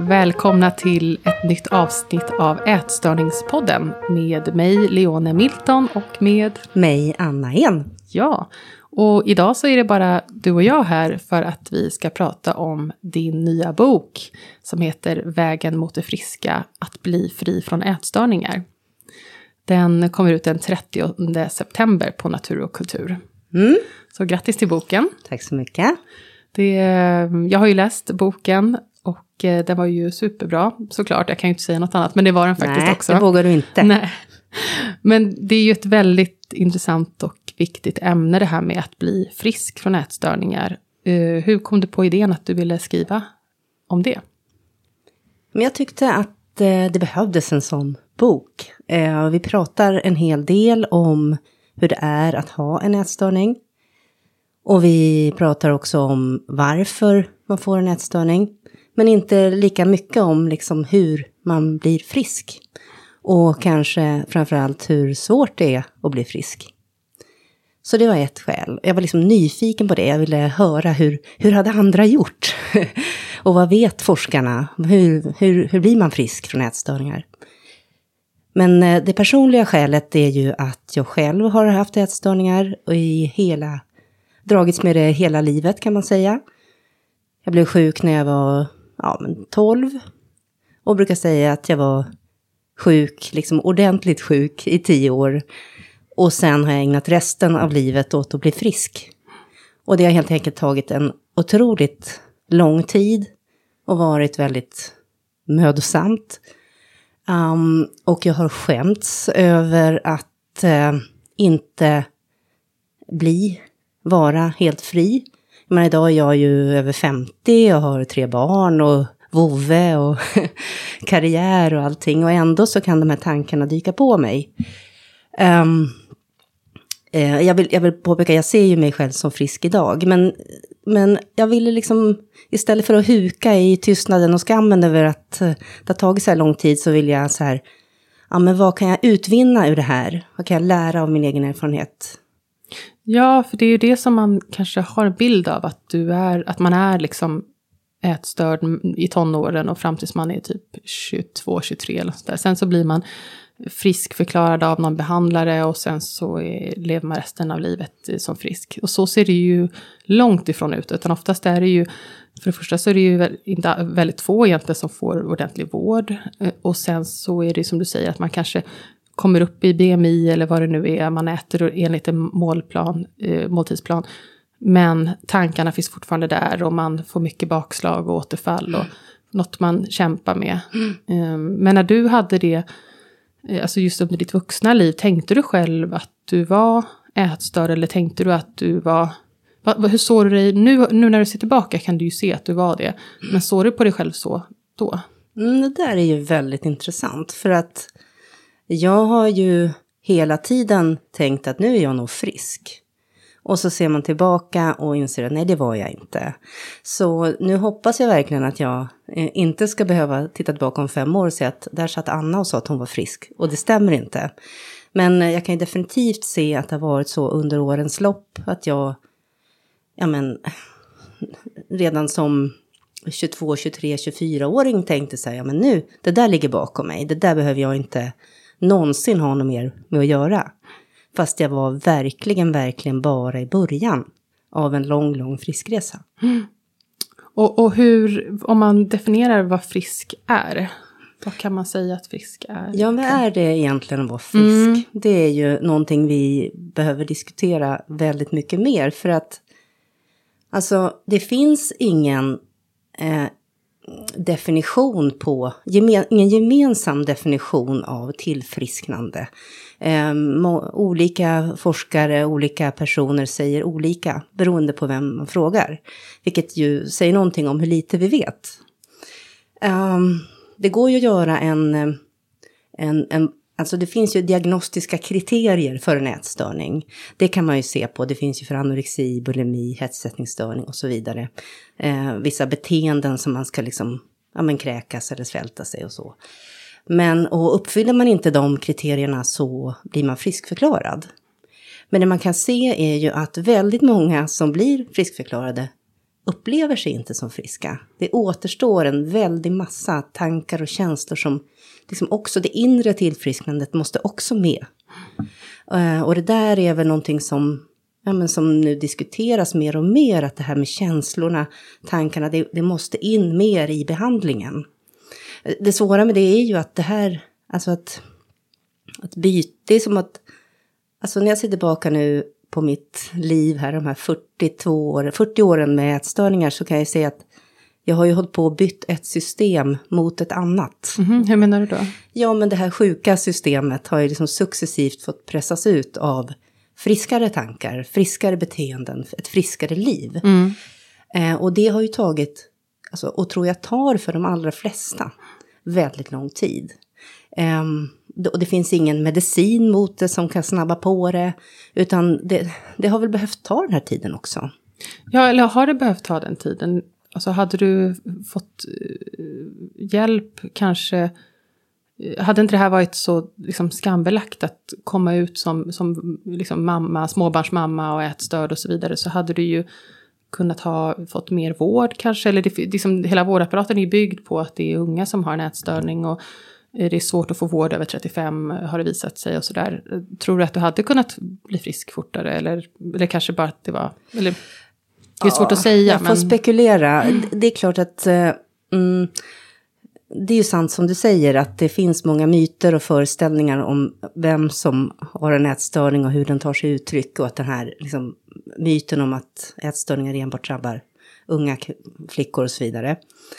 Välkomna till ett nytt avsnitt av Ätstörningspodden med mig Leone Milton och med mig Anna En. Ja, och idag så är det bara du och jag här för att vi ska prata om din nya bok som heter Vägen mot det friska, att bli fri från ätstörningar. Den kommer ut den 30 september på Natur och kultur. Så grattis till boken. Tack så mycket. Jag har ju läst boken och den var ju superbra såklart. Jag kan ju inte säga något annat, men det var den faktiskt också. Nej, det vågar du inte. Nej. Men det är ju ett väldigt intressant och viktigt ämne det här med att bli frisk från ätstörningar. Hur kom du på idén att du ville skriva om det? Men jag tyckte att det behövdes en sån bok. Vi pratar en hel del om hur det är att ha en ätstörning. Och vi pratar också om varför man får en ätstörning. Men inte lika mycket om liksom hur man blir frisk. Och kanske framförallt hur svårt det är att bli frisk. Så det var ett skäl. Jag var liksom nyfiken på det. Jag ville höra hur hade andra gjort? Och vad vet forskarna? Hur blir man frisk från ätstörningar? Men det personliga skälet är ju att jag själv har haft ätstörningar. Och dragits med det hela livet kan man säga. Jag blev sjuk när jag var 12. Och brukar säga att jag var sjuk, liksom ordentligt sjuk i 10 år. Och sen har jag ägnat resten av livet åt att bli frisk. Och det har helt enkelt tagit en otroligt lång tid. Och varit väldigt mödosamt. Och jag har skämts över att inte vara helt fri. Men idag är jag ju över 50, jag har 3 barn och vovve och karriär och allting. Och ändå så kan de här tankarna dyka på mig. Jag vill påpeka, jag ser ju mig själv som frisk idag. Men jag ville liksom, istället för att huka i tystnaden och skammen över att det har tagit så här lång tid, så vill jag så här, men vad kan jag utvinna ur det här? Vad kan jag lära av min egen erfarenhet? Ja, för det är ju det som man kanske har en bild av, att man är liksom ätstörd i tonåren och fram tills man är typ 22, 23 eller så där. Sen så blir man friskförklarad av någon behandlare och sen så lever man resten av livet som frisk. Och så ser det ju långt ifrån ut, utan oftast är det ju, för det första så är det ju inte väldigt få egentligen som får ordentlig vård. Och sen så är det som du säger att man kanske kommer upp i BMI eller vad det nu är, man äter enligt en måltidsplan. Men tankarna finns fortfarande där och man får mycket bakslag och återfall och något man kämpar med. Men när du hade det, alltså just under ditt vuxna liv, tänkte du själv att du var ätstörd eller tänkte du att du var... Hur såg du dig? Nu när du ser tillbaka kan du ju se att du var det. Men såg du på dig själv så då? Det där är ju väldigt intressant, för att jag har ju hela tiden tänkt att nu är jag nog frisk. Och så ser man tillbaka och inser att nej, det var jag inte. Så nu hoppas jag verkligen att jag inte ska behöva titta tillbaka om 5 år och se att där satt Anna och sa att hon var frisk. Och det stämmer inte. Men jag kan ju definitivt se att det har varit så under årens lopp att jag redan som 22, 23, 24-åring tänkte så här, men nu, det där ligger bakom mig. Det där behöver jag inte någonsin ha något mer med att göra. Fast jag var verkligen bara i början av en lång friskresa. Och hur, om man definierar vad frisk är, vad kan man säga att frisk är? Ja, vad är det egentligen att vara frisk? Det är ju någonting vi behöver diskutera väldigt mycket mer. För att alltså, det finns ingen definition på, ingen gemensam definition av tillfrisknande. Olika forskare, olika personer säger olika beroende på vem man frågar. Vilket ju säger någonting om hur lite vi vet. Det går ju att göra alltså det finns ju diagnostiska kriterier för en ätstörning. Det kan man ju se på. Det finns ju för anorexi, bulimi, hetsättningsstörning och så vidare. Vissa beteenden som man ska liksom, kräkas eller svälta sig och så. Och uppfyller man inte de kriterierna så blir man friskförklarad. Men det man kan se är ju att väldigt många som blir friskförklarade upplever sig inte som friska. Det återstår en väldig massa tankar och känslor som liksom också det inre tillfrisknandet måste också med. Och det där är väl någonting som nu diskuteras mer och mer, att det här med känslorna, tankarna, det måste in mer i behandlingen. Det svåra med det är ju att det här, alltså att byta, det är som att, alltså när jag ser tillbaka nu på mitt liv här, de här 40 åren med ätstörningar, så kan jag säga att jag har ju hållit på och bytt ett system mot ett annat. Hur menar du då? Ja, men det här sjuka systemet har ju liksom successivt fått pressas ut av friskare tankar, friskare beteenden, ett friskare liv. Och det har ju tagit, alltså, och tror jag tar för de allra flesta, väldigt lång tid. Och det finns ingen medicin mot det som kan snabba på det, utan det har väl behövt ta den här tiden också. Ja, eller har det behövt ta den tiden? Alltså hade du fått hjälp kanske, hade inte det här varit så liksom skambelagt att komma ut som liksom mamma, småbarnsmamma och ätstörd och så vidare, så hade du ju kunnat ha fått mer vård kanske, eller liksom, hela vårdapparaten är byggd på att det är unga som har en ätstörning och det är svårt att få vård över 35 har det visat sig och sådär. Tror du att du hade kunnat bli frisk fortare, eller kanske bara att det var, eller det är svårt att säga. Jag får spekulera. Det är klart att det är ju sant som du säger, att det finns många myter och föreställningar om vem som har en ätstörning och hur den tar sig uttryck, och att den här liksom, myten om att ätstörningar enbart drabbar unga flickor och så vidare.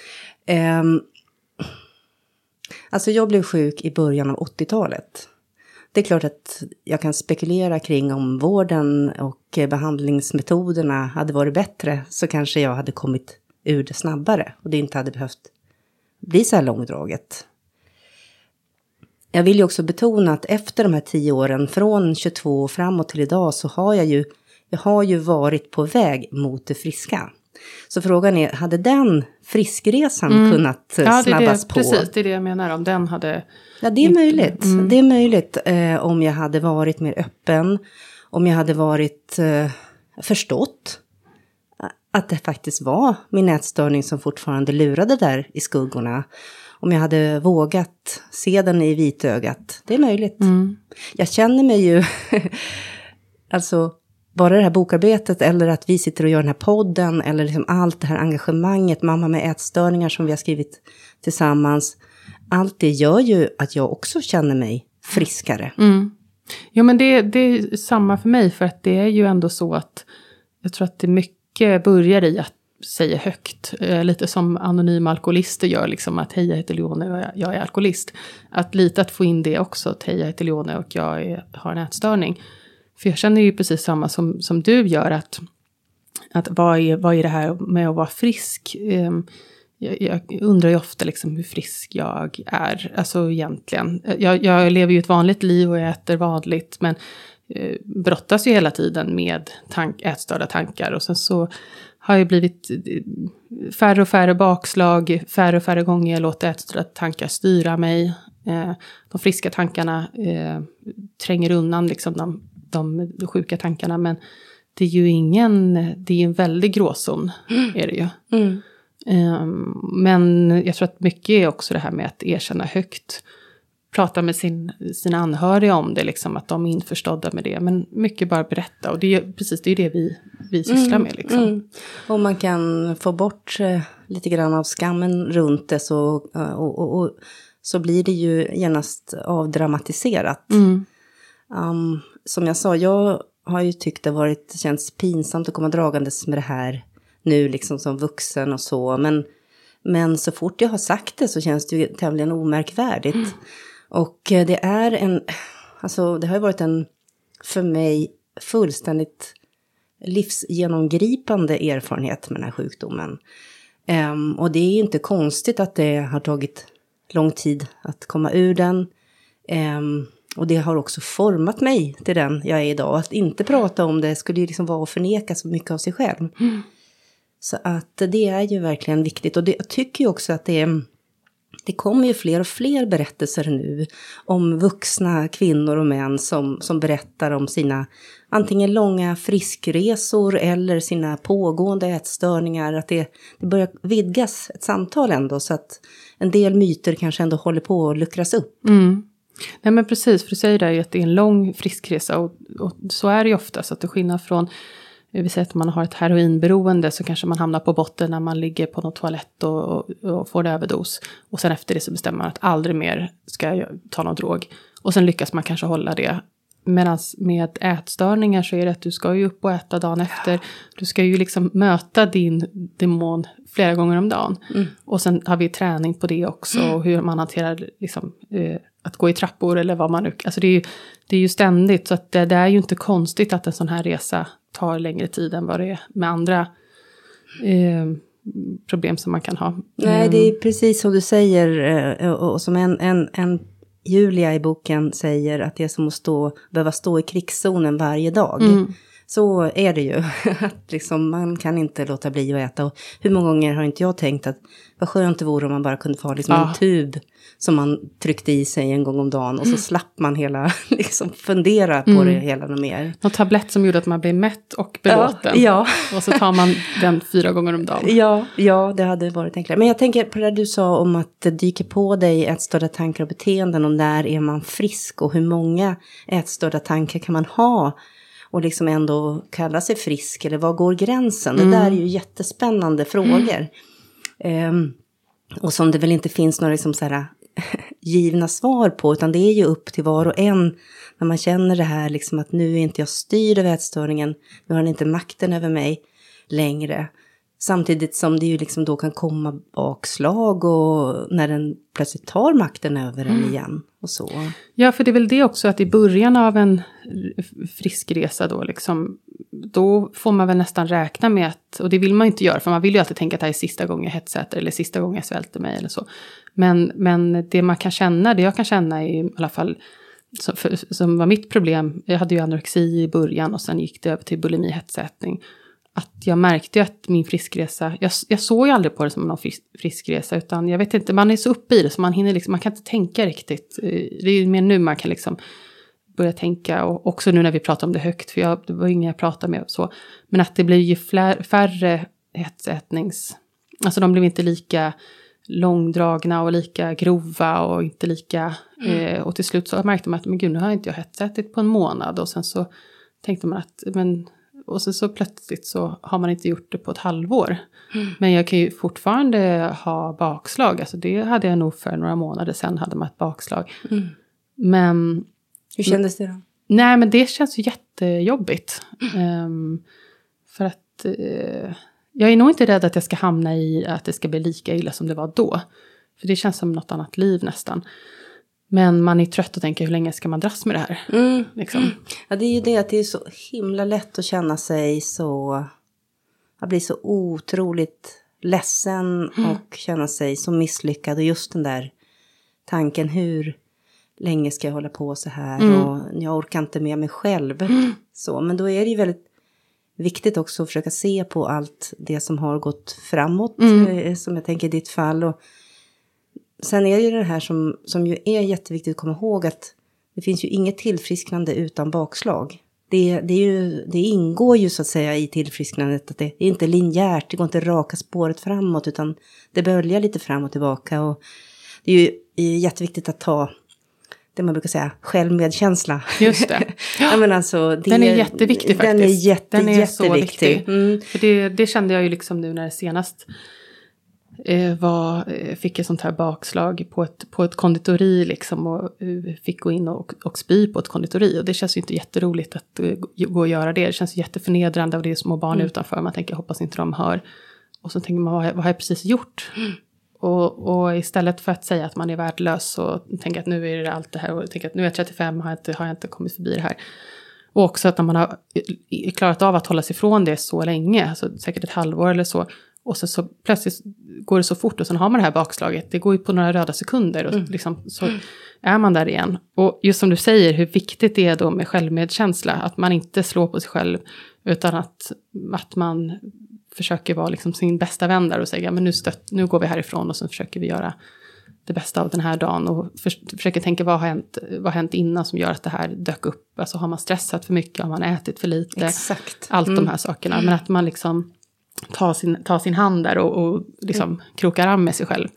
Alltså jag blev sjuk i början av 80-talet. Det är klart att jag kan spekulera kring om vården och behandlingsmetoderna hade varit bättre, så kanske jag hade kommit ur det snabbare och det inte hade behövt bli så här långdraget. Jag vill ju också betona att efter de här 10 åren, från 22 och framåt till idag, så har jag har ju varit på väg mot det friska. Så frågan är, hade den friskresan kunnat snabbas på? Precis, det är det jag menar, om den hade... Ja, det är möjligt. Det är möjligt om jag hade varit mer öppen, om jag hade varit förstått att det faktiskt var min ätstörning som fortfarande lurade där i skuggorna. Om jag hade vågat se den i vitögat. Det är möjligt. Jag känner mig ju... alltså, bara det här bokarbetet, eller att vi sitter och gör den här podden, eller liksom allt det här engagemanget, mamma med ätstörningar som vi har skrivit tillsammans. Allt det gör ju att jag också känner mig friskare. Jo, men det är samma för mig, för att det är ju ändå så att jag tror att det mycket börjar i att säga högt. Lite som anonyma alkoholister gör, liksom att hej, jag heter Leone och jag är alkoholist. Att få in det också, att hej, jag heter Leone och jag har en ätstörning. För jag känner ju precis samma som du gör, att vad är det här med att vara frisk? Jag undrar ju ofta liksom hur frisk jag är, alltså egentligen. Jag lever ju ett vanligt liv och jag äter vanligt, men brottas ju hela tiden med ätstörda tankar. Och sen så har jag blivit färre och färre bakslag, färre och färre gånger jag låter ätstörda tankar styra mig. De friska tankarna tränger undan liksom de sjuka tankarna, men det är ju en väldig gråzon är det ju. Men jag tror att mycket är också det här med att erkänna högt, prata med sina anhöriga om det, liksom, att de är införstådda med det, men mycket bara berätta, och det är det vi sysslar med liksom. Och man kan få bort lite grann av skammen runt det, så blir det ju genast avdramatiserat. Som jag sa, jag har ju tyckt det känns pinsamt att komma dragandes med det här nu liksom som vuxen och så. Men så fort jag har sagt det så känns det ju tämligen omärkvärdigt. Och det har ju varit en för mig fullständigt livsgenomgripande erfarenhet med den här sjukdomen. Och det är inte konstigt att det har tagit lång tid att komma ur den. Och det har också format mig till den jag är idag. Att inte prata om det skulle ju liksom vara att förneka så mycket av sig själv. Så att det är ju verkligen viktigt. Och jag tycker ju också att det är det kommer ju fler och fler berättelser nu om vuxna kvinnor och män som berättar om sina antingen långa friskresor eller sina pågående ätstörningar. Att det börjar vidgas ett samtal ändå, så att en del myter kanske ändå håller på att luckras upp. Nej men precis, för du säger där ju att det är en lång friskresa och så är det ju ofta. Så att det skillnad från, vi säger att man har ett heroinberoende, så kanske man hamnar på botten när man ligger på någon toalett och får en överdos. Och sen efter det så bestämmer man att aldrig mer ska jag ta någon drog. Och sen lyckas man kanske hålla det. Medan med ätstörningar så är det att du ska ju upp och äta dagen efter. Du ska ju liksom möta din demon flera gånger om dagen. Och sen har vi träning på det också. Och hur man hanterar liksom, att gå i trappor eller vad man nu... Alltså det är ju ständigt. Så att det är ju inte konstigt att en sån här resa tar längre tid än vad det är med andra problem som man kan ha. Nej, det är precis som du säger. Och som en Julia i boken säger, att det är som att behöva stå i krigszonen varje dag. Så är det ju. Att liksom, man kan inte låta bli att äta. Och hur många gånger har inte jag tänkt att vad skönt det vore om man bara kunde få liksom en tub som man tryckte i sig en gång om dagen. Och så slapp man hela, liksom fundera på det hela och mer. Någon tablett som gjorde att man blev mätt och belåten. Ja. Och så tar man den 4 gånger om dagen. Ja, det hade varit enklare. Men jag tänker på det du sa om att det dyker på dig ätstörda tankar och beteenden. Och när är man frisk och hur många ätstörda tankar kan man ha? Och liksom ändå kalla sig frisk, eller var går gränsen? Det där är ju jättespännande frågor. Och som det väl inte finns några liksom så här givna svar på, utan det är ju upp till var och en när man känner det här liksom, att nu är inte jag styrd av ätstörningen, nu har den inte makten över mig längre. Samtidigt som det ju liksom då kan komma bakslag och när den plötsligt tar makten över en igen och så. Ja, för det är väl det också, att i början av en friskresa då liksom, då får man väl nästan räkna med att, och det vill man inte göra, för man vill ju alltid tänka att det här är sista gången jag hetsäter eller sista gången jag svälter mig eller så. Men det man kan känna, det jag kan känna i alla fall, som var mitt problem, jag hade ju anorexi i början och sen gick det över till bulimi, hetsätning. Att jag märkte ju att min friskresa, jag såg ju aldrig på det som någon friskresa, utan jag vet inte, man är så uppe i det så man hinner liksom, man kan inte tänka riktigt. Det är ju mer nu man kan liksom börja tänka, och också nu när vi pratar om det högt, för det var ingen jag pratade med och så. Men att det blir ju färre alltså de blev inte lika långdragna och lika grova och inte lika, och till slut så märkte man att men gud, nu har inte jag hetsätit på en månad, och sen så tänkte man att och så plötsligt så har man inte gjort det på ett halvår. Men jag kan ju fortfarande ha bakslag. Alltså det hade jag nog för några månader sedan, hade man ett bakslag. Men... Hur kändes det då? Nej, men det känns ju jättejobbigt. För att jag är nog inte rädd att jag ska hamna i att det ska bli lika illa som det var då. För det känns som något annat liv nästan. Men man är trött och tänker, hur länge ska man dras med det här? Liksom. Ja, det är ju det att det är så himla lätt att känna sig så... Att bli så otroligt ledsen och känna sig så misslyckad. Och just den där tanken, hur länge ska jag hålla på så här? Och jag orkar inte med mig själv. Så, men då är det ju väldigt viktigt också att försöka se på allt det som har gått framåt. Som jag tänker i ditt fall. Och sen är det ju det här som ju är jätteviktigt att komma ihåg, att det finns ju inget tillfrisknande utan bakslag. Det ingår ju så att säga i tillfrisknandet, att det är inte linjärt, det går inte raka spåret framåt, utan det böljar lite fram och tillbaka. Och det är ju jätteviktigt att ta det man brukar säga, självmedkänsla. Just det. Ja, men alltså, den är jätteviktig faktiskt. Den är jätteviktig. Så viktig. För det kände jag ju liksom nu när senast fick ett sånt här bakslag på ett konditori liksom, och fick gå in och spy på ett konditori, och det känns ju inte jätteroligt att gå och göra det känns jätteförnedrande, och det är små barn utanför, man tänker, jag hoppas inte de hör, och så tänker man, vad har jag precis gjort? Och istället för att säga att man är värdelös och tänka att nu är det allt det här, och tänka att nu är jag 35, har jag inte kommit förbi det här. Och också att när man har klarat av att hålla sig ifrån det så länge, alltså säkert ett halvår eller så, och så plötsligt går det så fort, och sen har man det här bakslaget. Det går ju på några röda sekunder, och liksom, så är man där igen. Och just som du säger, hur viktigt det är då med självmedkänsla. Att man inte slår på sig själv, utan att man försöker vara liksom sin bästa vän där och säga, men nu går vi härifrån, och så försöker vi göra det bästa av den här dagen och försöker tänka vad har hänt innan som gör att det här dök upp. Alltså har man stressat för mycket, har man ätit för lite. Exakt. Allt de här sakerna. Men att man liksom tar sin hand där och liksom krokar arm med sig själv.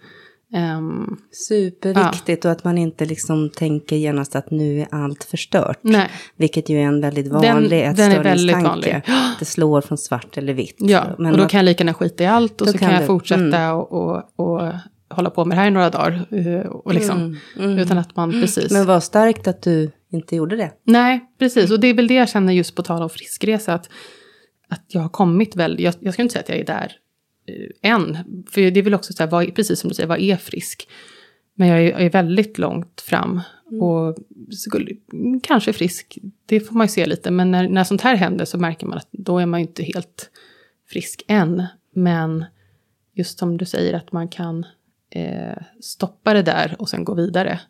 Superviktigt och att man inte liksom tänker genast att nu är allt förstört. Nej. Vilket ju är en väldigt vanlig ätstörningstanke. Det slår från svart eller vitt. Ja, men och då kan jag lika gärna skita i allt och så kan jag fortsätta och hålla på med det här i några dagar. Och liksom, utan att man precis... Men vad starkt att du inte gjorde det. Nej, precis. Och det är väl det jag känner just på tal om friskresa. Att jag har kommit väl... Jag ska inte säga att jag är där än. För det är väl också så här, precis som du säger, vad är frisk? Men jag är väldigt långt fram. Och kanske frisk, det får man ju se lite. Men när sånt här händer så märker man att då är man ju inte helt frisk än. Men just som du säger att man kan stoppa det där och sen gå vidare.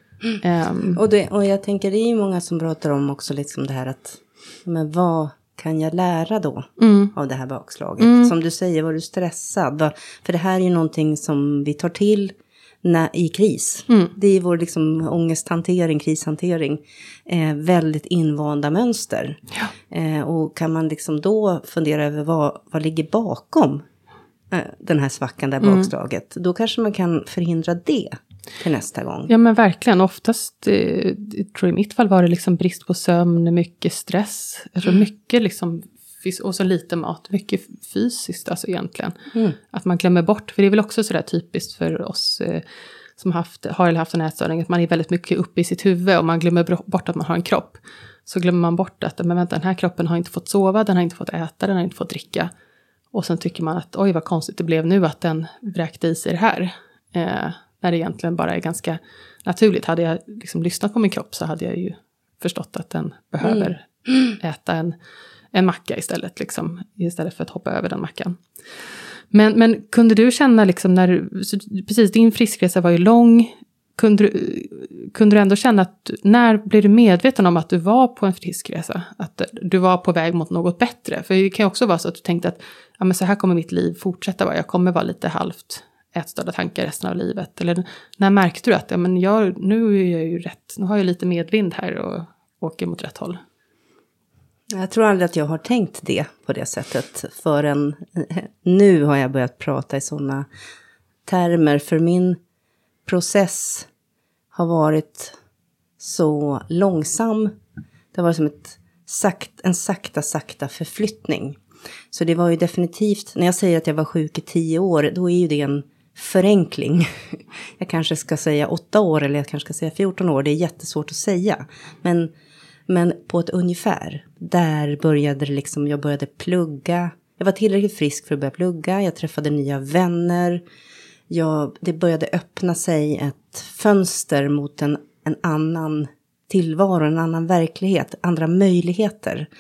Och jag tänker det är ju många som pratar om också liksom det här att men vad kan jag lära då av det här bakslaget? Som du säger, var du stressad? För det här är ju någonting som vi tar till i kris. Det är vår liksom ångesthantering, krishantering. Väldigt invanda mönster. Ja. Och kan man liksom då fundera över vad ligger bakom den här svackan, där bakslaget. Då kanske man kan förhindra det till nästa gång. Ja men verkligen, oftast tror jag i mitt fall var det liksom brist på sömn, mycket stress. Alltså mycket liksom, och så lite mat, mycket fysiskt alltså egentligen. Att man glömmer bort, för det är väl också sådär typiskt för oss som har eller haft en ätstörning, att man är väldigt mycket uppe i sitt huvud och man glömmer bort att man har en kropp. Så glömmer man bort att men vänta, den här kroppen har inte fått sova, den har inte fått äta, den har inte fått dricka. Och sen tycker man att oj vad konstigt det blev nu att den vräkte i sig det här. När det egentligen bara är ganska naturligt. Hade jag liksom lyssnat på min kropp så hade jag ju förstått att den behöver äta en macka istället. Liksom, istället för att hoppa över den mackan. Men kunde du känna liksom precis din friskresa var ju lång. Kunde du ändå känna att när blev du medveten om att du var på en friskresa? Att du var på väg mot något bättre? För det kan ju också vara så att du tänkte att ja, men så här kommer mitt liv fortsätta vara. Jag kommer vara lite halvt ätstörda tankar resten av livet. Eller när märkte du att ja, men nu är jag ju rätt. Nu har jag lite medvind här och åker mot rätt håll. Jag tror aldrig att jag har tänkt det på det sättet. Förrän nu har jag börjat prata i sådana termer. För min process har varit så långsam. Det var som en sakta förflyttning. Så det var ju definitivt, när jag säger att jag var sjuk i 10 år, då är ju det en förenkling. Jag kanske ska säga 8 år eller jag kanske ska säga 14 år. Det är jättesvårt att säga. Men på ett ungefär, där började det liksom, jag började plugga. Jag var tillräckligt frisk för att börja plugga. Jag träffade nya vänner. Det började öppna sig ett fönster mot en annan tillvaro, en annan verklighet, andra möjligheter.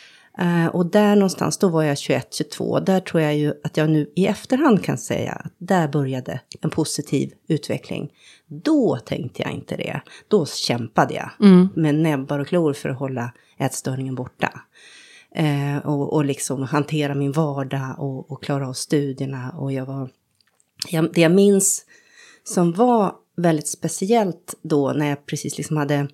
Och där någonstans, då var jag 21-22. Där tror jag ju att jag nu i efterhand kan säga att där började en positiv utveckling. Då tänkte jag inte det. Då kämpade jag med näbbar och klor för att hålla ätstörningen borta. Och liksom hantera min vardag och klara av studierna. Och det jag minns som var väldigt speciellt då när jag precis liksom hade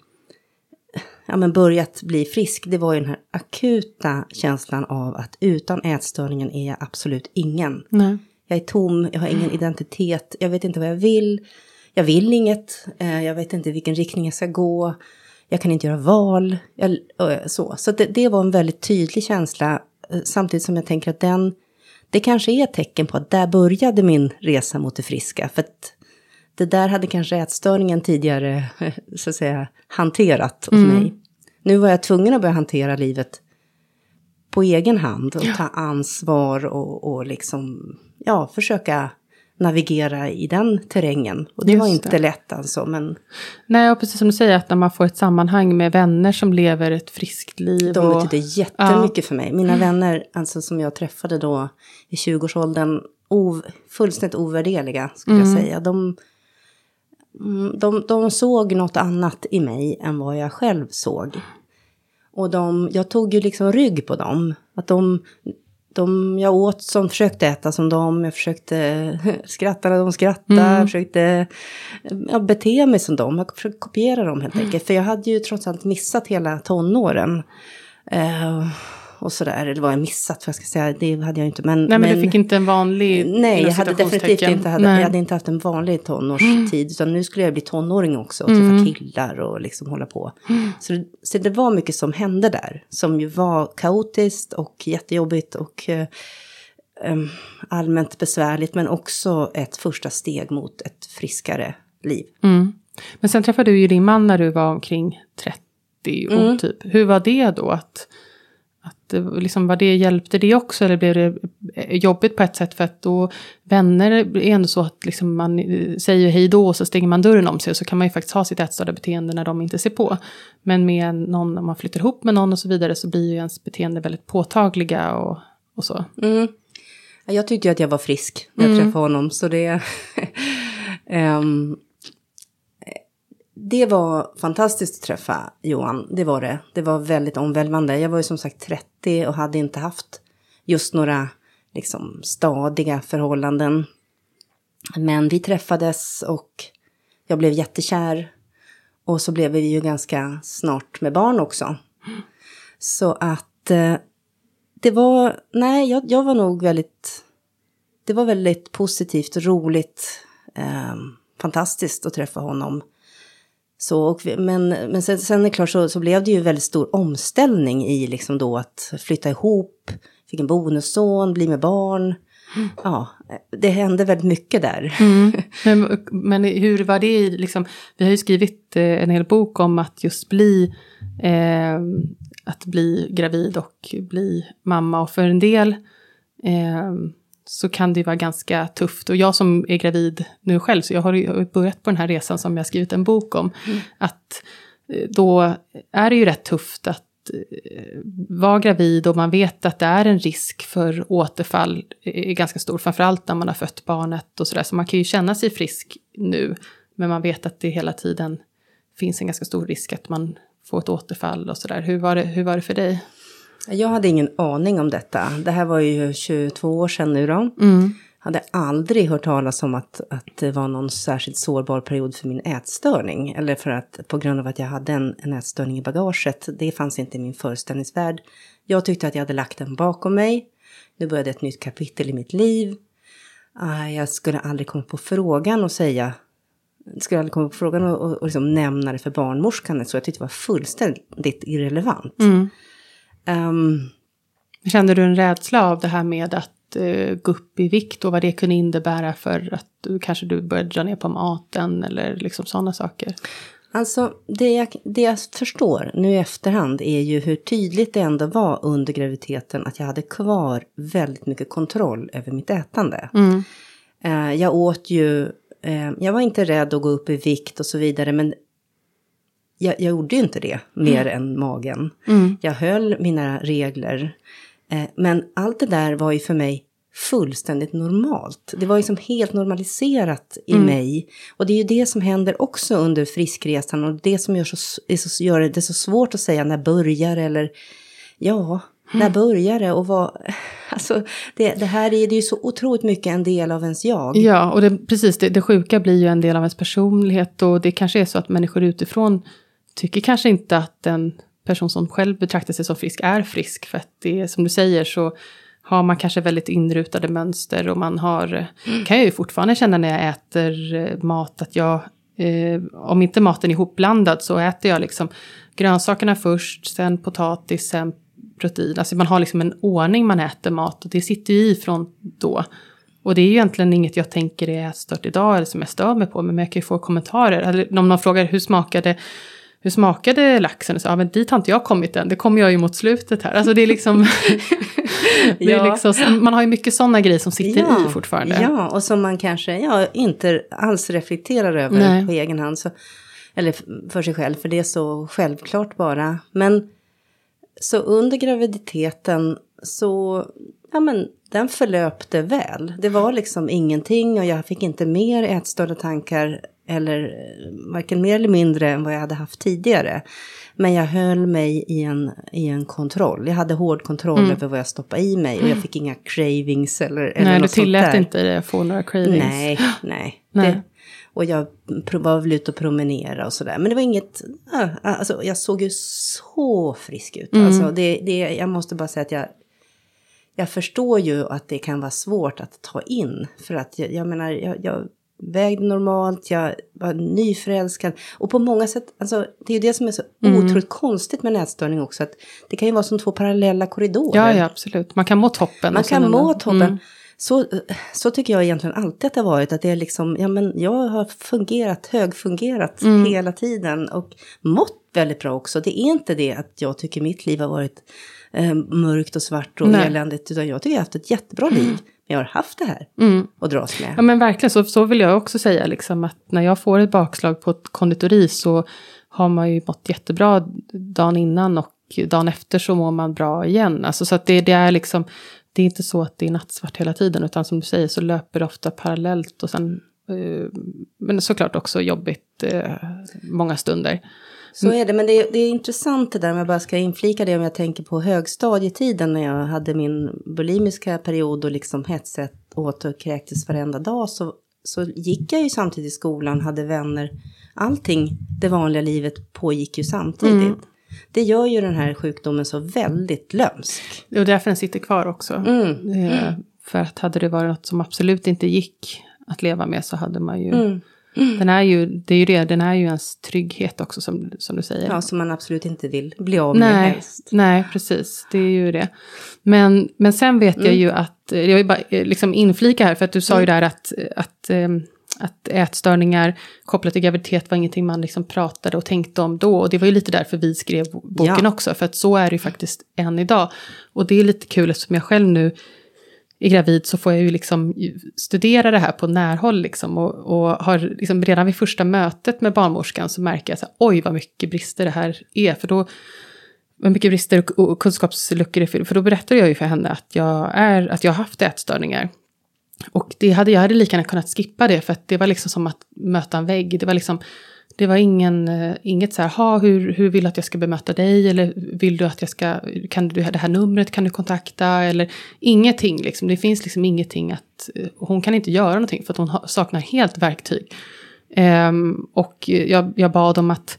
börjat bli frisk. Det var ju den här akuta känslan av att utan ätstörningen är jag absolut ingen. Nej. Jag är tom, jag har ingen identitet, jag vet inte vad jag vill. Jag vill inget, jag vet inte vilken riktning jag ska gå. Jag kan inte göra val. Så det var en väldigt tydlig känsla. Samtidigt som jag tänker att det kanske är ett tecken på att där började min resa mot det friska. För att det där hade kanske ätstörningen tidigare så att säga hanterat hos mig. Nu var jag tvungen att börja hantera livet på egen hand. Och ta ansvar och liksom försöka navigera i den terrängen. Och det var inte lätt alltså. Men... Nej, och precis som du säger att när man får ett sammanhang med vänner som lever ett friskt liv. De betyder jättemycket för mig. Mina vänner alltså, som jag träffade då i 20-årsåldern, fullständigt ovärderliga skulle jag säga. De såg något annat i mig än vad jag själv såg. Och jag tog ju liksom rygg på dem. Att jag åt som försökte äta som dem. Jag försökte skratta när de skrattade. Jag försökte bete mig som dem. Jag försökte kopiera dem helt enkelt. För jag hade ju trots allt missat hela tonåren. Och sådär. Det var missat, för jag ska säga. Det hade jag inte. Men du fick inte en vanlig... Nej, jag hade definitivt inte. Jag hade inte haft en vanlig tonårstid. Utan nu skulle jag bli tonåring också. Och träffa killar och liksom hålla på. Så det var mycket som hände där. Som ju var kaotiskt och jättejobbigt. Och allmänt besvärligt. Men också ett första steg mot ett friskare liv. Men sen träffade du ju din man när du var omkring 30 år typ. Hur var det då att liksom, hjälpte det också, eller blev det jobbigt på ett sätt, för att då vänner är ändå så att liksom man säger hej då och så stänger man dörren om sig, och så kan man ju faktiskt ha sitt ätstörda beteende när de inte ser på. Men med någon, om man flyttar ihop med någon och så vidare, så blir ju ens beteende väldigt påtagliga och så. Jag tyckte ju att jag var frisk när jag träffade honom, så det det var fantastiskt att träffa Johan, det var det. Det var väldigt omvälvande. Jag var ju som sagt 30 och hade inte haft just några liksom stadiga förhållanden. Men vi träffades och jag blev jättekär. Och så blev vi ju ganska snart med barn också. Så att det var, jag var nog väldigt, det var väldigt positivt, roligt, fantastiskt att träffa honom. Så, men sen är det klart så blev det ju väldigt stor omställning i liksom då att flytta ihop, fick en bonusson, bli med barn. Ja, det hände väldigt mycket där. Men hur var det liksom, vi har ju skrivit en hel bok om att just att bli gravid och bli mamma, och för en del så kan det ju vara ganska tufft. Och jag som är gravid nu själv, så jag har ju börjat på den här resan som jag skrivit en bok om. Att då är det ju rätt tufft att vara gravid, och man vet att det är en risk för återfall är ganska stor. Framförallt när man har fött barnet och sådär. Så man kan ju känna sig frisk nu, men man vet att det hela tiden finns en ganska stor risk att man får ett återfall och sådär. Hur var det för dig? Jag hade ingen aning om detta. Det här var ju 22 år sedan nu då. Hade aldrig hört talas om att det var någon särskilt sårbar period för min ätstörning. Eller för att, på grund av att jag hade en ätstörning i bagaget. Det fanns inte i min föreställningsvärld. Jag tyckte att jag hade lagt den bakom mig. Nu började ett nytt kapitel i mitt liv. Jag skulle aldrig komma på frågan och säga... och liksom nämna det för barnmorskan. Så jag tyckte det var fullständigt irrelevant. Kände du en rädsla av det här med att gå upp i vikt, och vad det kunde innebära för att du började dra ner på maten eller liksom sådana saker? Alltså det jag förstår nu i efterhand är ju hur tydligt det ändå var under graviditeten att jag hade kvar väldigt mycket kontroll över mitt ätande. Jag åt ju, jag var inte rädd att gå upp i vikt och så vidare, men jag gjorde ju inte det mer än magen. Jag höll mina regler. Men allt det där var ju för mig fullständigt normalt. Det var ju som helt normaliserat i mig. Och det är ju det som händer också under friskresan. Och det som gör det så svårt att säga när börjar eller... Ja, när börjar det? Och vad... Alltså, det här är ju så otroligt mycket en del av ens jag. Ja, och det sjuka blir ju en del av ens personlighet. Och det kanske är så att människor utifrån tycker kanske inte att en person som själv betraktar sig som frisk är frisk. För att det är, som du säger, så har man kanske väldigt inrutade mönster. Och man kan jag ju fortfarande känna när jag äter mat att jag... om inte maten är ihopblandad så äter jag liksom grönsakerna först, sen potatis, sen protein. Alltså man har liksom en ordning man äter mat, och det sitter ju i från då. Och det är ju egentligen inget jag tänker är stört idag eller som jag stör mig på, men jag kan ju få kommentarer. Eller om någon frågar hur smakade laxen? Och så, men dit har inte jag kommit än. Det kommer jag ju mot slutet här. Alltså det är liksom... det är liksom, man har ju mycket sådana grejer som sitter i fortfarande. Ja, och som man kanske inte alls reflekterar över på egen hand. Så, eller för sig själv, för det är så självklart bara. Men så under graviditeten så... Ja, men den förlöpte väl. Det var liksom ingenting, och jag fick inte mer ätstörda tankar eller varken mer eller mindre än vad jag hade haft tidigare. Men jag höll mig i en kontroll. Jag hade hård kontroll över vad jag stoppade i mig. Och jag fick inga cravings eller nej, något du tillät sånt där. inte dig att få några cravings. Nej. Nej. Och jag var väl ute och promenera och sådär. Men det var inget... Alltså, jag såg ju så frisk ut. Alltså, jag måste bara säga att jag förstår ju att det kan vara svårt att ta in. För att jag menar, jag vägde normalt, jag var nyförälskad. Och på många sätt, alltså, det är ju det som är så otroligt konstigt med nätstörning också. Att det kan ju vara som två parallella korridorer. Ja, absolut. Man kan må toppen. Man kan må toppen. Så tycker jag egentligen alltid att det har varit. Att det är liksom, jag har högfungerat hela tiden. Och mått väldigt bra också. Det är inte det att jag tycker mitt liv har varit mörkt och svart och eländigt. Utan jag tycker jag har haft ett jättebra liv. Men jag har haft det här att dras med. Ja, men verkligen. Så vill jag också säga liksom, att när jag får ett bakslag på ett konditori så har man ju mått jättebra dagen innan och dagen efter så mår man bra igen. Alltså, så att det är liksom, det är inte så att det är nattsvart hela tiden, utan som du säger så löper det ofta parallellt och sen, men såklart också jobbigt många stunder. Så är det, men det är intressant det där, om jag bara ska inflika det, om jag tänker på högstadietiden när jag hade min bulimiska period och liksom hetset åt och kräktes varenda dag, så gick jag ju samtidigt i skolan, hade vänner, allting, det vanliga livet pågick ju samtidigt. Det gör ju den här sjukdomen så väldigt lömsk. Och därför den sitter kvar också. För att hade det varit något som absolut inte gick att leva med så hade man ju... Den är ju ens trygghet också som du säger. Ja, som man absolut inte vill bli av med helst. Nej, precis. Det är ju det. Men sen vet jag ju att, jag vill bara liksom inflika här, för att du sa ju där att ätstörningar kopplat till graviditet var ingenting man liksom pratade och tänkte om då. Och det var ju lite därför vi skrev boken också. För att så är det ju faktiskt än idag. Och det är lite kul eftersom jag själv nu är gravid så får jag ju liksom studera det här på närhåll liksom. Och har liksom redan vid första mötet med barnmorskan så märker jag så här, oj vad mycket brister det här är. För då, vad mycket brister och kunskapsluckor det är. För då berättar jag ju för henne att jag har haft ätstörningar. Och jag hade lika gärna kunnat skippa det, för att det var liksom som att möta en vägg. Det var inget så här, hur vill du att jag ska bemöta dig? Eller vill du att kan du det här numret kan du kontakta? Eller ingenting liksom. Det finns liksom ingenting hon kan inte göra någonting för att hon saknar helt verktyg. Och jag bad om att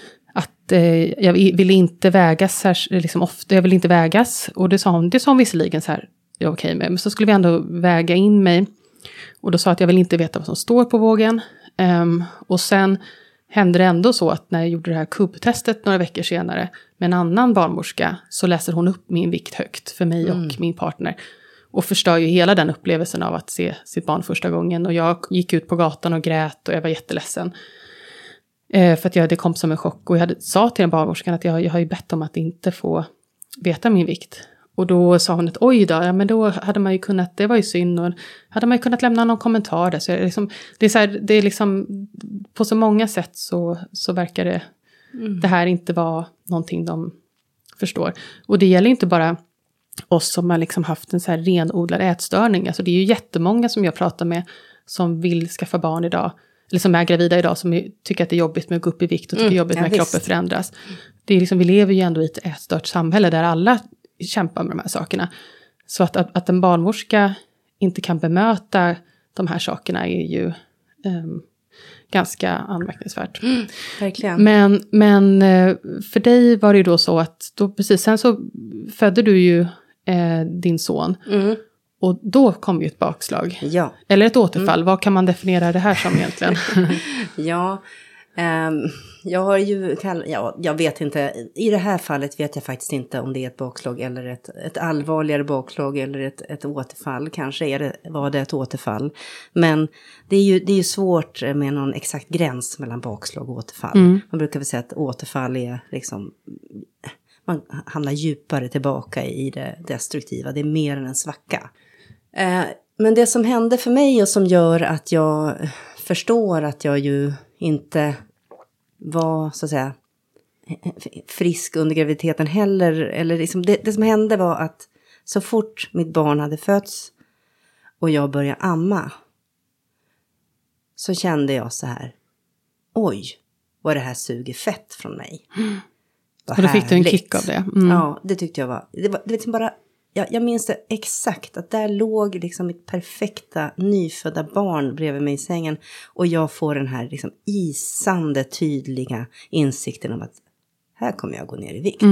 jag ville inte vägas här, liksom ofta, jag vill inte vägas. Och det sa hon visserligen så här, jag är okej med. Men så skulle vi ändå väga in mig. Och då sa att jag vill inte veta vad som står på vågen. Och sen hände det ändå så att när jag gjorde det här kubbtestet några veckor senare med en annan barnmorska så läser hon upp min vikt högt för mig och min partner. Och förstör ju hela den upplevelsen av att se sitt barn första gången. Och jag gick ut på gatan och grät och jag var jätteledsen. För att det kom som en chock. Och jag sa till den barnmorskan att jag har ju bett om att inte få veta min vikt. Och då sa hon att oj då, ja, men då hade man ju kunnat, det var ju synd, och hade man ju kunnat lämna någon kommentar där. Så det är liksom på så många sätt så verkar det här inte vara någonting de förstår. Och det gäller inte bara oss som har liksom haft en så här renodlad ätstörning. Alltså det är ju jättemånga som jag pratar med som vill skaffa barn idag, eller som är gravida idag, som tycker att det är jobbigt med att gå upp i vikt och tycker det är jobbigt när kroppen förändras. Det är liksom, vi lever ju ändå i ett ätstört samhälle där alla kämpar med de här sakerna. Så att en barnmorska inte kan bemöta de här sakerna är ju ganska anmärkningsvärt. Verkligen. Men för dig var det ju då så att då precis sen så födde du ju din son. Och då kom ju ett bakslag. Ja. Eller ett återfall. Vad kan man definiera det här som egentligen? Ja, jag har ju, jag vet inte, i det här fallet vet jag faktiskt inte om det är ett bakslag eller ett allvarligare bakslag eller ett återfall. Kanske var det ett återfall. Men det är ju svårt med någon exakt gräns mellan bakslag och återfall. Man brukar väl säga att återfall är liksom, man hamnar djupare tillbaka i det destruktiva. Det är mer än en svacka. Men det som hände för mig och som gör att jag förstår att jag ju inte var så att säga frisk under graviditeten heller. Eller liksom det som hände var att så fort mitt barn hade fötts och jag började amma så kände jag så här, oj, vad det här suger fett från mig. Och då fick du en kick av det. Ja, det tyckte jag var. Det var liksom bara, jag minns det exakt. Att där låg liksom mitt perfekta nyfödda barn bredvid mig i sängen. Och jag får den här liksom isande tydliga insikten om att här kommer jag gå ner i vikt.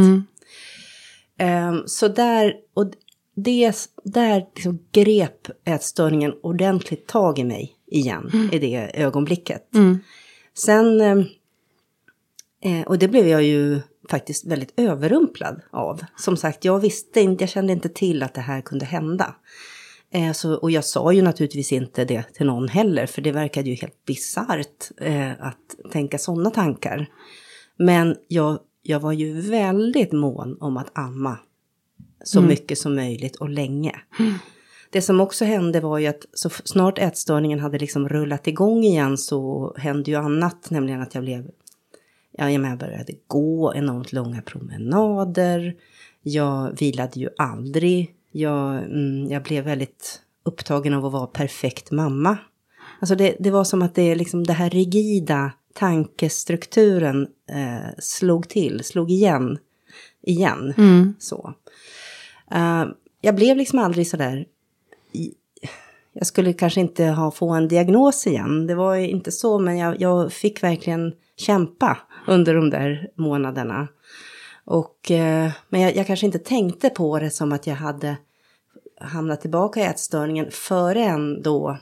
Så där, och där liksom grep ätstörningen ordentligt tag i mig igen i det ögonblicket. Sen, och det blev jag ju faktiskt väldigt överrumplad av. Som sagt, jag kände inte till att det här kunde hända. Och jag sa ju naturligtvis inte det till någon heller, för det verkade ju helt bisarrt att tänka sådana tankar. Men jag var ju väldigt mån om att amma så mycket som möjligt och länge. Det som också hände var ju att så snart ätstörningen hade liksom rullat igång igen så hände ju annat. Nämligen att jag började gå enormt långa promenader. Jag vilade ju aldrig. Jag blev väldigt upptagen av att vara perfekt mamma. Alltså det var som att det här rigida tankestrukturen slog igen. Så. Jag blev liksom aldrig så där. Jag skulle kanske inte få en diagnos igen. Det var inte så, men jag fick verkligen kämpa under de där månaderna. Men jag kanske inte tänkte på det som att jag hade hamnat tillbaka i ätstörningen förrän då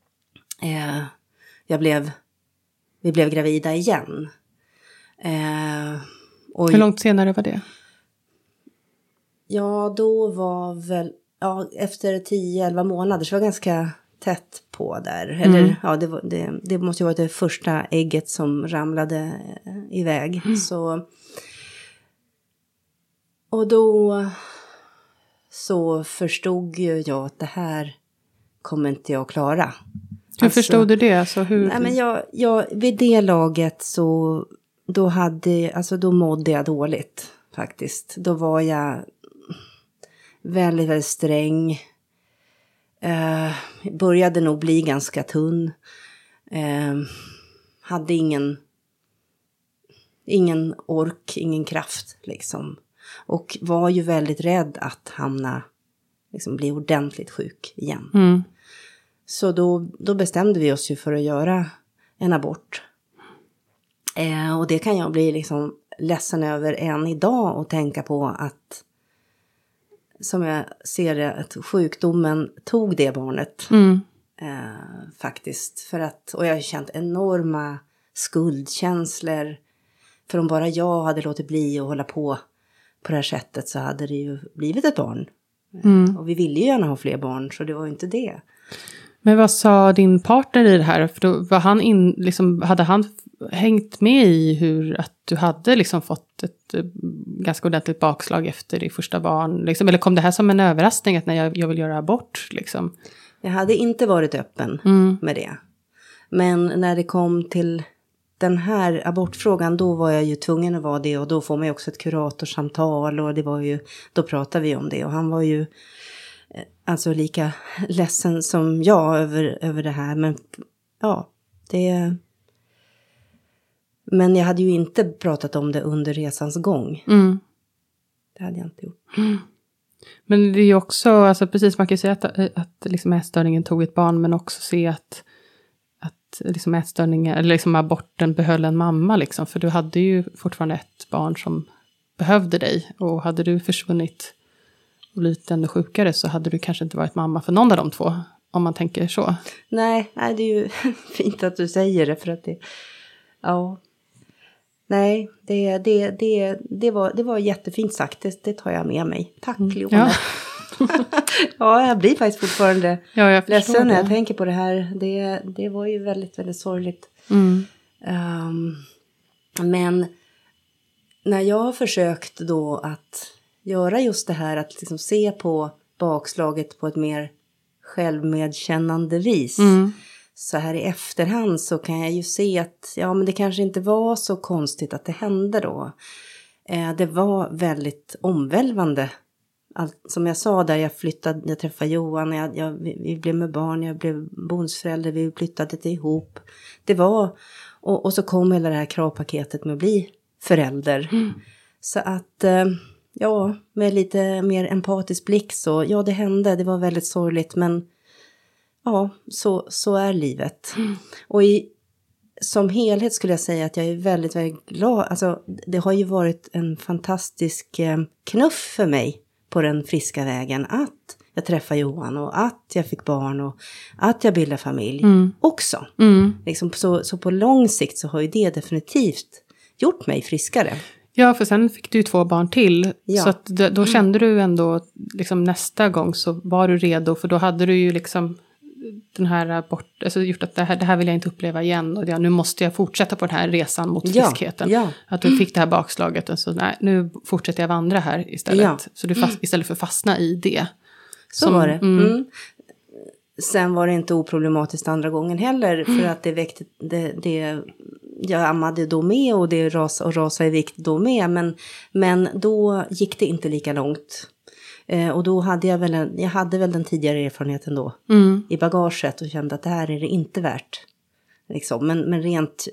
vi blev gravida igen. Hur långt senare var det? Ja, då var väl efter 10-11 månader, så var ganska tätt på där. Eller det måste ju vara det första ägget som ramlade iväg. Och då så förstod ju jag att det här kommer inte jag att klara. Hur förstod du det? Alltså, Nej, men jag vid det laget så då mådde jag dåligt faktiskt. Då var jag väldigt, väldigt sträng. Började nog bli ganska tunn. Hade ingen ork, ingen kraft liksom. Och var ju väldigt rädd att bli ordentligt sjuk igen. Så då bestämde vi oss ju för att göra en abort. Och det kan jag bli liksom ledsen över än idag och tänka på att, som jag ser det, att sjukdomen tog det barnet. Faktiskt. Och jag har känt enorma skuldkänslor. För om bara jag hade låtit bli och hålla på det här sättet så hade det ju blivit ett barn. Och vi ville ju gärna ha fler barn, så det var ju inte det. Men vad sa din partner i det här? För då var hade han hängt med i att du hade liksom fått ett ganska ordentligt bakslag efter ditt första barn? Liksom? Eller kom det här som en överraskning att jag vill göra abort? Liksom? Jag hade inte varit öppen med det. Men när det kom till den här abortfrågan, då var jag ju tvungen att vara det. Och då får man ju också ett kuratorsamtal, och då pratade vi om det. Och han var ju alltså lika ledsen som jag över det här. Men ja, men jag hade ju inte pratat om det under resans gång. Det hade jag inte gjort. Men det är ju också, alltså precis, man kan ju säga att liksom ätstörningen tog ett barn, men också se att liksom ätstörningen, eller liksom aborten behöll en mamma liksom. För du hade ju fortfarande ett barn som behövde dig. Och hade du försvunnit och blivit ännu sjukare så hade du kanske inte varit mamma för någon av de två. Om man tänker så. Nej, det är ju fint att du säger det, för att det... Ja. Nej, det var jättefint sagt. Det tar jag med mig. Tack, Leona. Ja. Ja, jag blir faktiskt fortfarande ledsen när jag det. tänker på det här. Det var ju väldigt, väldigt sorgligt. Men när jag har försökt då att göra just det här, att liksom se på bakslaget på ett mer självmedkännande vis. Så här i efterhand så kan jag ju se att men det kanske inte var så konstigt att det hände då. Det var väldigt omvälvande. Som jag sa där, jag träffade Johan, vi blev med barn, jag blev bonusförälder, vi flyttade ihop. Och så kom hela det här kravpaketet med att bli förälder. Så att, med lite mer empatisk blick så, ja det hände, det var väldigt sorgligt. Men ja, så är livet. Och som helhet skulle jag säga att jag är väldigt, väldigt glad. Alltså det har ju varit en fantastisk knuff för mig på den friska vägen. Att jag träffade Johan och att jag fick barn och att jag bildade familj också. Liksom, så på lång sikt så har ju det definitivt gjort mig friskare. Ja, för sen fick du ju 2 barn till. Ja. Så att då kände du ändå, liksom nästa gång så var du redo. För då hade du ju liksom den här alltså gjort att det här vill jag inte uppleva igen. Och nu måste jag fortsätta på den här resan mot friskheten. Ja. Att du fick det här bakslaget. Och så nej, nu fortsätter jag vandra här istället. Ja. Så du istället för att fastna i det. Så var det. Sen var det inte oproblematiskt andra gången heller. För att det väckte det jag ammade då med och det rasade i vikt då med. Men då gick det inte lika långt. Och då hade jag hade väl den tidigare erfarenheten då i bagaget och kände att det här är det inte värt. Liksom. Men rent,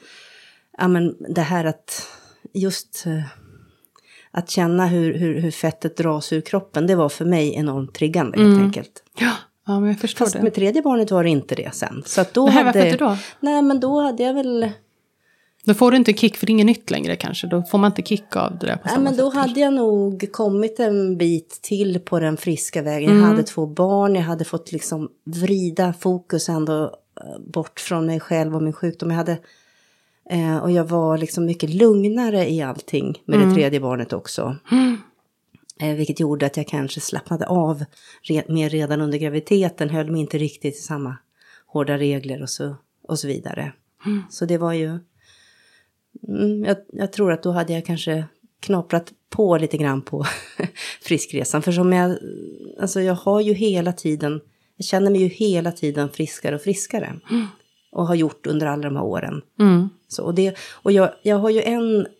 men det här att just att känna hur fettet dras ur kroppen, det var för mig enormt triggande helt enkelt. Ja, men jag förstår det. Fast med tredje barnet var det inte det sen. Så att då varför inte då? Nej, men då hade jag väl... Då får du inte kick för det är inget nytt längre kanske. Då får man inte kick av det där på samma men då sätt, hade jag nog kommit en bit till på den friska vägen. Jag hade 2 barn. Jag hade fått liksom vrida fokus ändå bort från mig själv och min sjukdom. Och jag var liksom mycket lugnare i allting med det tredje barnet också. Vilket gjorde att jag kanske slappnade av mer redan under graviditeten. Höll mig inte riktigt i samma hårda regler och så vidare. Så det var ju... Jag tror att då hade jag kanske knaprat på lite grann på friskresan. För som jag har ju hela tiden, jag känner mig ju hela tiden friskare och friskare. Och har gjort under alla de här åren. Så, och jag har ju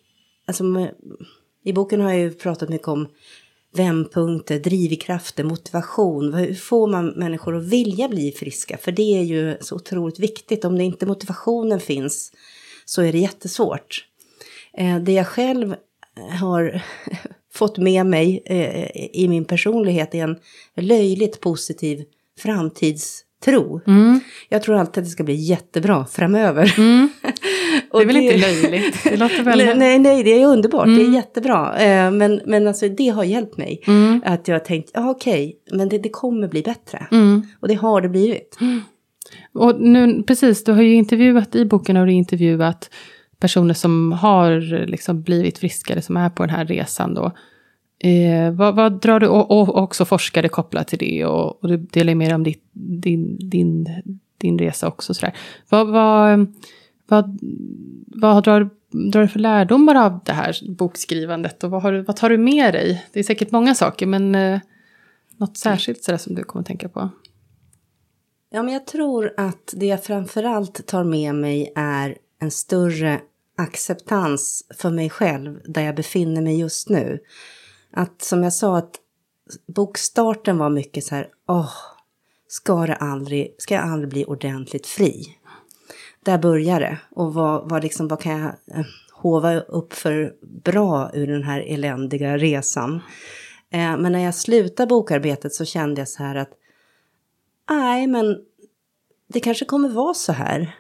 i boken har jag ju pratat mycket om vändpunkter, drivkrafter, motivation. Hur får man människor att vilja bli friska? För det är ju så otroligt viktigt. Om det inte motivationen finns så är det jättesvårt. Det jag själv har fått med mig i min personlighet är en löjligt positiv framtidstro. Jag tror alltid att det ska bli jättebra framöver. Och det är väl inte löjligt? Det låter väl... Nej, det är underbart. Det är jättebra. Men alltså, det har hjälpt mig. Att jag har tänkt, okej, men det kommer bli bättre. Och det har det blivit. Och nu, precis, du har ju intervjuat i boken har du intervjuat personer som har liksom blivit friskare, som är på den här resan då. Vad drar du, och också forskare kopplat till det, och du delar mer om din resa också sådär. Vad drar du för lärdomar av det här bokskrivandet, och vad tar du med dig? Det är säkert många saker, men något särskilt sådär som du kommer att tänka på? Ja, men jag tror att det jag framförallt tar med mig är en större acceptans för mig själv där jag befinner mig just nu. Att som jag sa, att bokstarten var mycket så här, ska jag aldrig bli ordentligt fri? Där börjar det. Och vad kan jag hova upp för bra ur den här eländiga resan? Men när jag slutade bokarbetet så kände jag så här att nej, men det kanske kommer vara så här.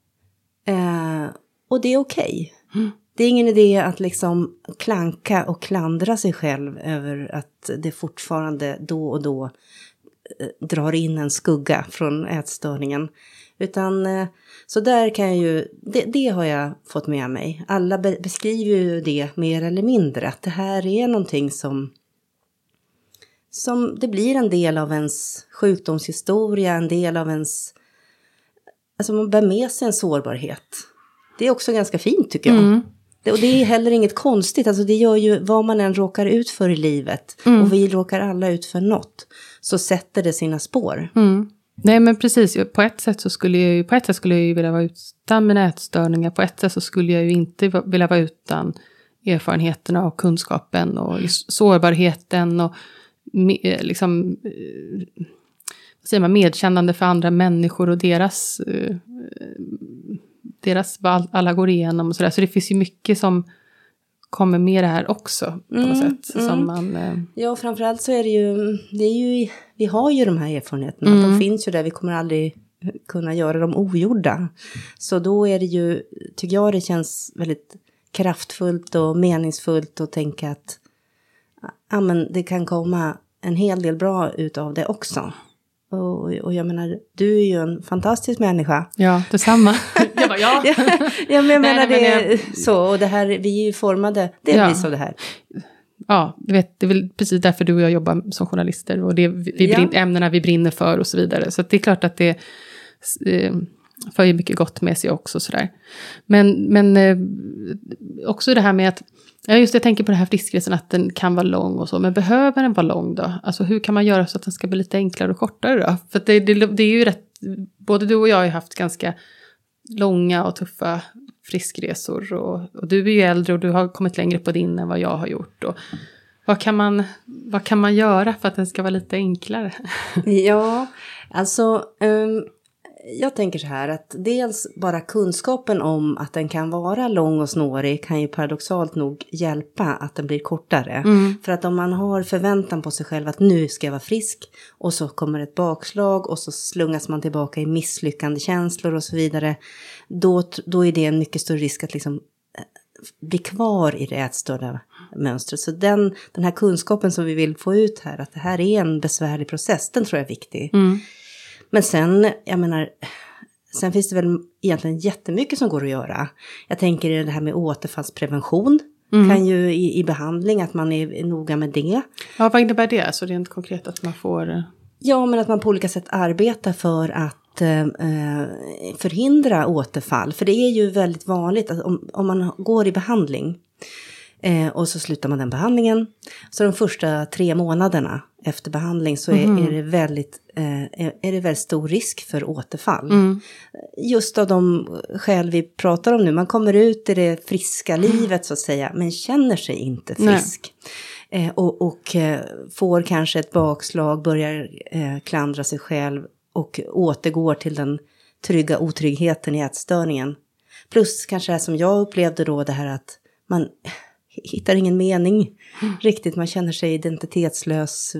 Och det är okej. Det är ingen idé att liksom klanka och klandra sig själv över att det fortfarande då och då drar in en skugga från ätstörningen. Utan så där kan jag ju, det har jag fått med mig. Alla beskriver ju det mer eller mindre. Att det här är någonting som det blir en del av ens sjukdomshistoria, en del av ens... Alltså man bär med sig en sårbarhet. Det är också ganska fint tycker jag. Och det är heller inget konstigt. Alltså det gör ju vad man än råkar ut för i livet. Och vi råkar alla ut för något. Så sätter det sina spår. Nej, men precis. På ett sätt skulle jag ju vilja vara utan mina ätstörningar. På ett sätt så skulle jag ju inte vilja vara utan erfarenheterna och kunskapen och sårbarheten och liksom vad säger man, medkännande för andra människor och deras vad alla går igenom och sådär. Så det finns ju mycket som kommer med det här också på något sätt. Som man, Ja, framförallt så är det ju, vi har ju de här erfarenheterna. De finns ju där, vi kommer aldrig kunna göra dem ogjorda. Så då är det ju, tycker jag det känns väldigt kraftfullt och meningsfullt att tänka att men det kan komma en hel del bra utav det också. Och jag menar, du är ju en fantastisk människa. Ja, detsamma. Jag bara, ja. Ja, men jag menar det så. Och det här, vi är ju formade delvis av det här. Ja, du vet, det är väl precis därför du och jag jobbar som journalister. Och det är ämnena vi brinner för och så vidare. Så att det är klart att det för ju mycket gott med sig också. Sådär. Men också det här med att, jag tänker på det här friskresan att den kan vara lång och så. Men behöver den vara lång då? Alltså hur kan man göra så att den ska bli lite enklare och kortare då? För att det är ju rätt, både du och jag har ju haft ganska långa och tuffa friskresor. Och du är ju äldre och du har kommit längre på din än vad jag har gjort. Och vad kan man göra för att den ska vara lite enklare? Ja, alltså jag tänker så här att dels bara kunskapen om att den kan vara lång och snårig kan ju paradoxalt nog hjälpa att den blir kortare. För att om man har förväntan på sig själv att nu ska jag vara frisk och så kommer ett bakslag och så slungas man tillbaka i misslyckande känslor och så vidare. Då är det en mycket större risk att liksom bli kvar i det ätstörda mönstret. Så den här kunskapen som vi vill få ut här, att det här är en besvärlig process, den tror jag är viktig. Men sen, jag menar, sen finns det väl egentligen jättemycket som går att göra. Jag tänker det här med återfallsprevention. Kan ju i behandling, att man är noga med det. Ja, vad innebär det? Så rent konkret att man får... Ja, men att man på olika sätt arbetar för att förhindra återfall. För det är ju väldigt vanligt att om man går i behandling och så slutar man den behandlingen. Så de första 3 månaderna efter behandling så är det väldigt stor risk för återfall. Just av de skäl vi pratar om nu. Man kommer ut i det friska livet så att säga, men känner sig inte frisk. Och får kanske ett bakslag, börjar klandra sig själv och återgår till den trygga otryggheten i ätstörningen. Plus kanske det som jag upplevde då, det här att man hittar ingen mening riktigt. Man känner sig identitetslös,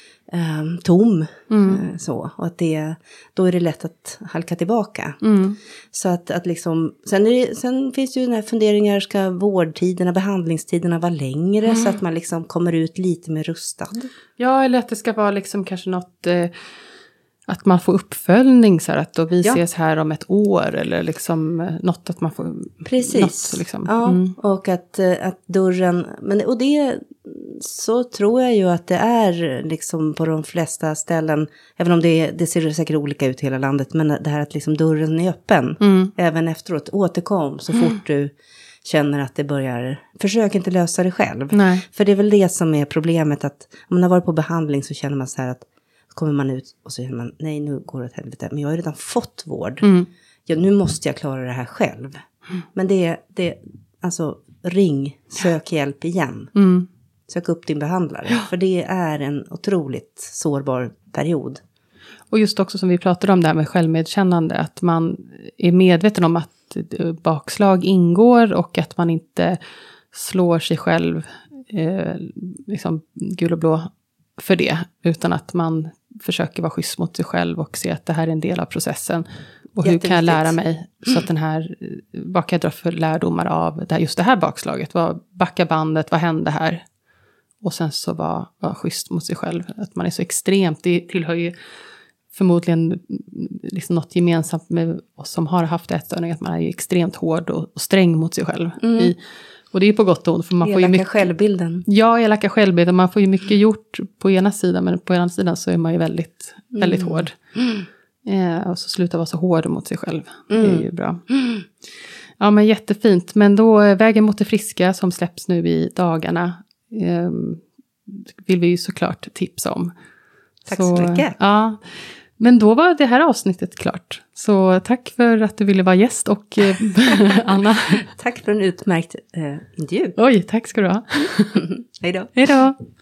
tom. Så. Och att då är det lätt att halka tillbaka. Så att liksom, sen finns det ju den här funderingar, ska vårdtiderna, behandlingstiderna vara längre så att man liksom kommer ut lite mer rustad? Ja, eller att det ska vara liksom kanske något... Att man får uppföljning så här, att då vi ses här om 1 år eller liksom något att man får... Precis, något, liksom. Och att dörren... Och det så tror jag ju att det är liksom på de flesta ställen, även om det ser säkert olika ut i hela landet, men det här att liksom dörren är öppen, även efteråt, återkom så fort du känner att det börjar, försök inte lösa det själv. Nej. För det är väl det som är problemet, att om man har varit på behandling så känner man så här att kommer man ut och så känner man, nej nu går det åt helvete. Men jag har redan fått vård. Ja, nu måste jag klara det här själv. Men alltså ring, sök hjälp igen. Sök upp din behandlare. För det är en otroligt sårbar period. Och just också som vi pratade om det här med självmedkännande. Att man är medveten om att bakslag ingår och att man inte slår sig själv liksom gul och blå för det, utan att man försöker vara schysst mot sig själv och se att det här är en del av processen. Och hur kan jag lära mig så att den här, vad kan jag dra för lärdomar av just det här bakslaget? Backa bandet, vad hände här? Och sen så vara schysst mot sig själv. Att man är så extremt, det tillhör ju förmodligen liksom något gemensamt med oss som har haft ätstörning, att man är ju extremt hård och sträng mot sig själv. Och det är ju på gott och ont. För man får ju mycket självbilden. Ja, elaka självbilden. Man får ju mycket gjort på ena sidan. Men på andra sidan så är man ju väldigt, väldigt hård. Och så sluta vara så hård mot sig själv. Det är ju bra. Ja, men jättefint. Men då Vägen mot det friska som släpps nu i dagarna. Vill vi ju såklart tipsa om. Tack så mycket. Ja. Men då var det här avsnittet klart. Så tack för att du ville vara gäst. Och Anna. Tack för en utmärkt intervju. Oj, tack ska du ha. Hej då. Hej då.